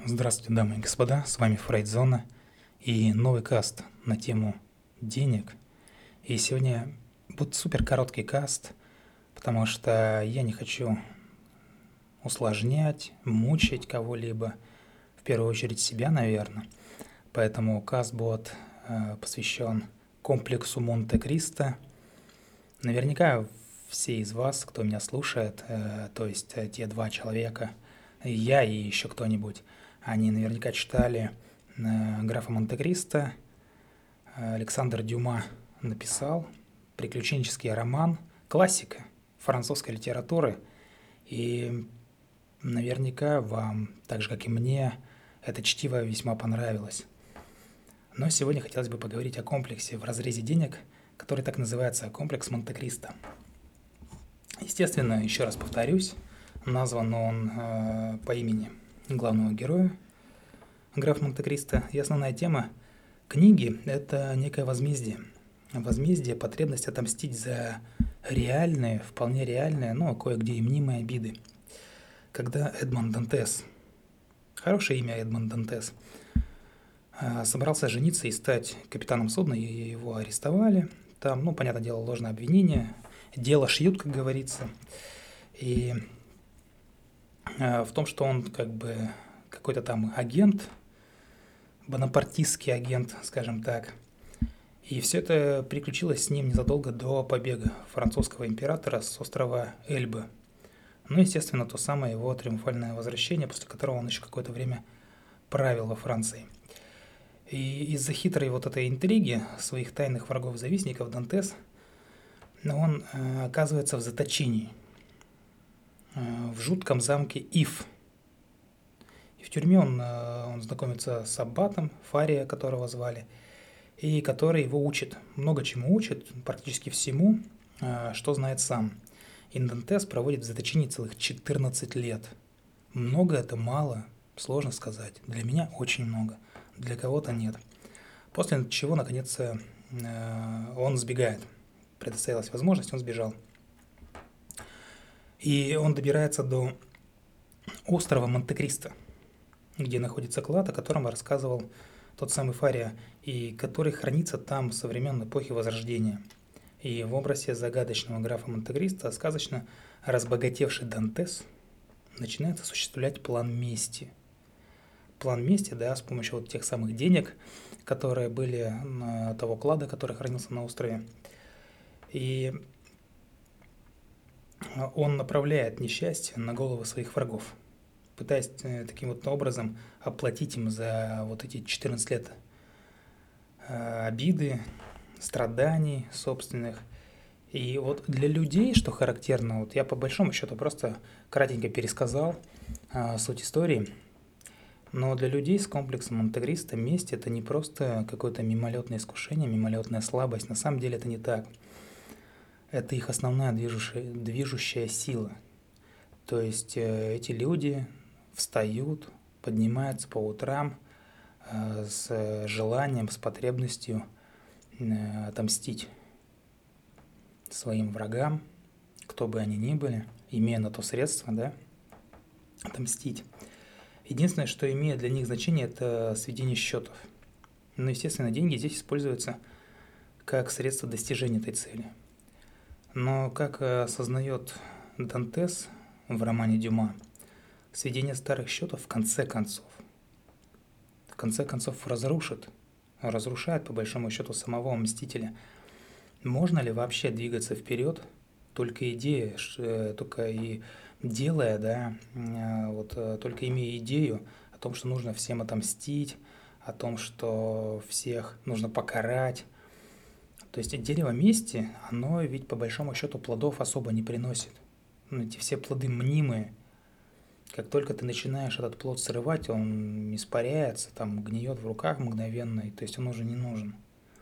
Здравствуйте, дамы и господа, с вами Фрейдзона и новый каст на тему денег. И сегодня будет супер короткий каст, потому что я не хочу усложнять, мучить кого-либо, в первую очередь себя, наверное. Поэтому каст будет посвящен комплексу Монте-Кристо. Наверняка все из вас, кто меня слушает, то есть те два человека, я и еще кто-нибудь, они наверняка читали «Графа Монте-Кристо». Александр Дюма написал приключенческий роман, классика французской литературы. И наверняка вам, так же как и мне, это чтиво весьма понравилось. Но сегодня хотелось бы поговорить о комплексе в разрезе денег, который так называется комплекс Монте-Кристо. Естественно, еще раз повторюсь, назван он по имени главного героя, граф Монте-Кристо. И основная тема книги – это некое возмездие. Возмездие – потребность отомстить за реальные, вполне реальные, но кое-где и мнимые обиды. Когда Эдмонд Дантес, хорошее имя Эдмонд Дантес, собрался жениться и стать капитаном судна, и его арестовали. Там, понятное дело, ложное обвинение, дело шьют, как говорится. И в том, что он как бы какой-то там агент, бонапартистский агент, скажем так. И все это приключилось с ним незадолго до побега французского императора с острова Эльбы. Естественно, то самое его триумфальное возвращение, после которого он еще какое-то время правил во Франции. И из-за хитрой вот этой интриги своих тайных врагов-завистников Дантес, он оказывается в заточении в жутком замке Иф. И в тюрьме он знакомится с аббатом, Фария, которого звали, и который его учит, много чему учит, практически всему, что знает сам. И Дантес проводит в заточении целых 14 лет. Много это, мало, сложно сказать. Для меня очень много, для кого-то нет. После чего, наконец, он сбегает. Предоставилась возможность, он сбежал. И он добирается до острова Монте-Кристо, где находится клад, о котором рассказывал тот самый Фария, и который хранится там со времен эпохи Возрождения. И в образе загадочного графа Монте-Кристо сказочно разбогатевший Дантес начинает осуществлять план мести. План мести, да, с помощью вот тех самых денег, которые были того клада, который хранился на острове. И он направляет несчастье на головы своих врагов, пытаясь таким вот образом оплатить им за вот эти 14 лет обиды, страданий собственных. И вот для людей, что характерно, вот я по большому счету просто кратенько пересказал суть истории, но для людей с комплексом Монте-Кристо месть – это не просто какое-то мимолетное искушение, мимолетная слабость. На самом деле это не так. Это их основная движущая сила. То есть эти люди встают, поднимаются по утрам с желанием, с потребностью отомстить своим врагам, кто бы они ни были, имея на то средства, да, отомстить. Единственное, что имеет для них значение, это сведение счетов. Естественно, деньги здесь используются как средство достижения этой цели. Но, как осознает Дантес в романе Дюма, сведение старых счетов в конце концов разрушает по большому счету самого Мстителя. Можно ли вообще двигаться вперед только и делая, да, только имея идею о том, что нужно всем отомстить, о том, что всех нужно покарать. То есть дерево мести, оно ведь по большому счету плодов особо не приносит. Эти все плоды мнимые. Как только ты начинаешь этот плод срывать, он испаряется, там гниет в руках мгновенно, и то есть он уже не нужен.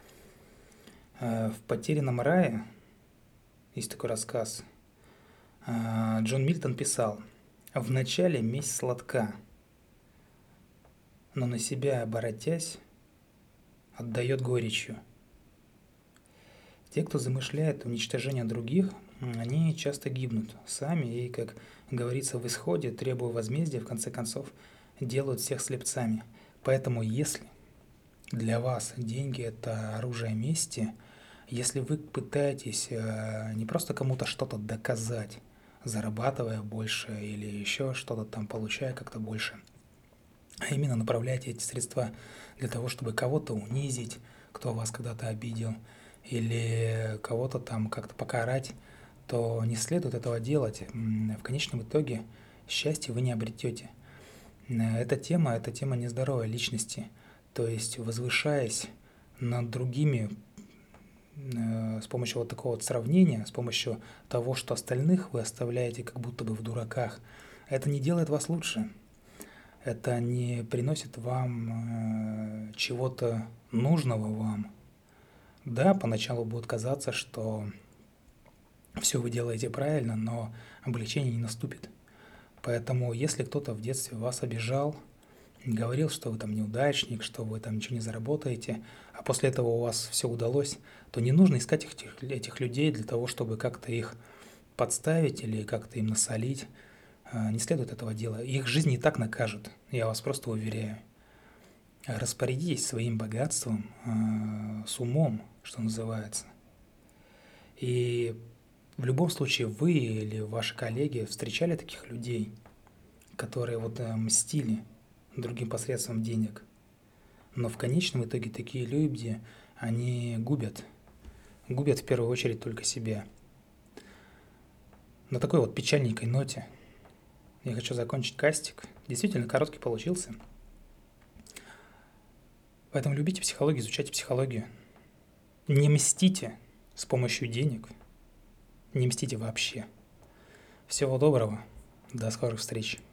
В «Потерянном рае» есть такой рассказ. Джон Мильтон писал: «Вначале месть сладка, но на себя оборотясь, отдает горечью». Те, кто замышляет уничтожение других, они часто гибнут сами и, как говорится в «Исходе», требуя возмездия, в конце концов, делают всех слепцами. Поэтому если для вас деньги – это оружие мести, если вы пытаетесь не просто кому-то что-то доказать, зарабатывая больше или еще что-то там получая как-то больше, а именно направляете эти средства для того, чтобы кого-то унизить, кто вас когда-то обидел, или кого-то там как-то покарать, то не следует этого делать. В конечном итоге счастье вы не обретете. Эта тема нездоровой личности. То есть, возвышаясь над другими с помощью вот такого вот сравнения, с помощью того, что остальных вы оставляете как будто бы в дураках, это не делает вас лучше. Это не приносит вам чего-то нужного вам. Да, поначалу будет казаться, что все вы делаете правильно, но облегчение не наступит. Поэтому, если кто-то в детстве вас обижал, говорил, что вы там неудачник, что вы там ничего не заработаете, а после этого у вас все удалось, то не нужно искать этих людей для того, чтобы как-то их подставить или как-то им насолить. Не следует этого делать. Их жизнь и так накажут, я вас просто уверяю. Распорядитесь своим богатством с умом, что называется. И в любом случае вы или ваши коллеги встречали таких людей, которые вот мстили другим посредством денег. Но в конечном итоге такие люди, они губят в первую очередь только себя. На такой вот печальненькой ноте я хочу закончить кастик. Действительно короткий получился. Поэтому любите психологию, изучайте психологию. Не мстите с помощью денег. Не мстите вообще. Всего доброго. До скорых встреч.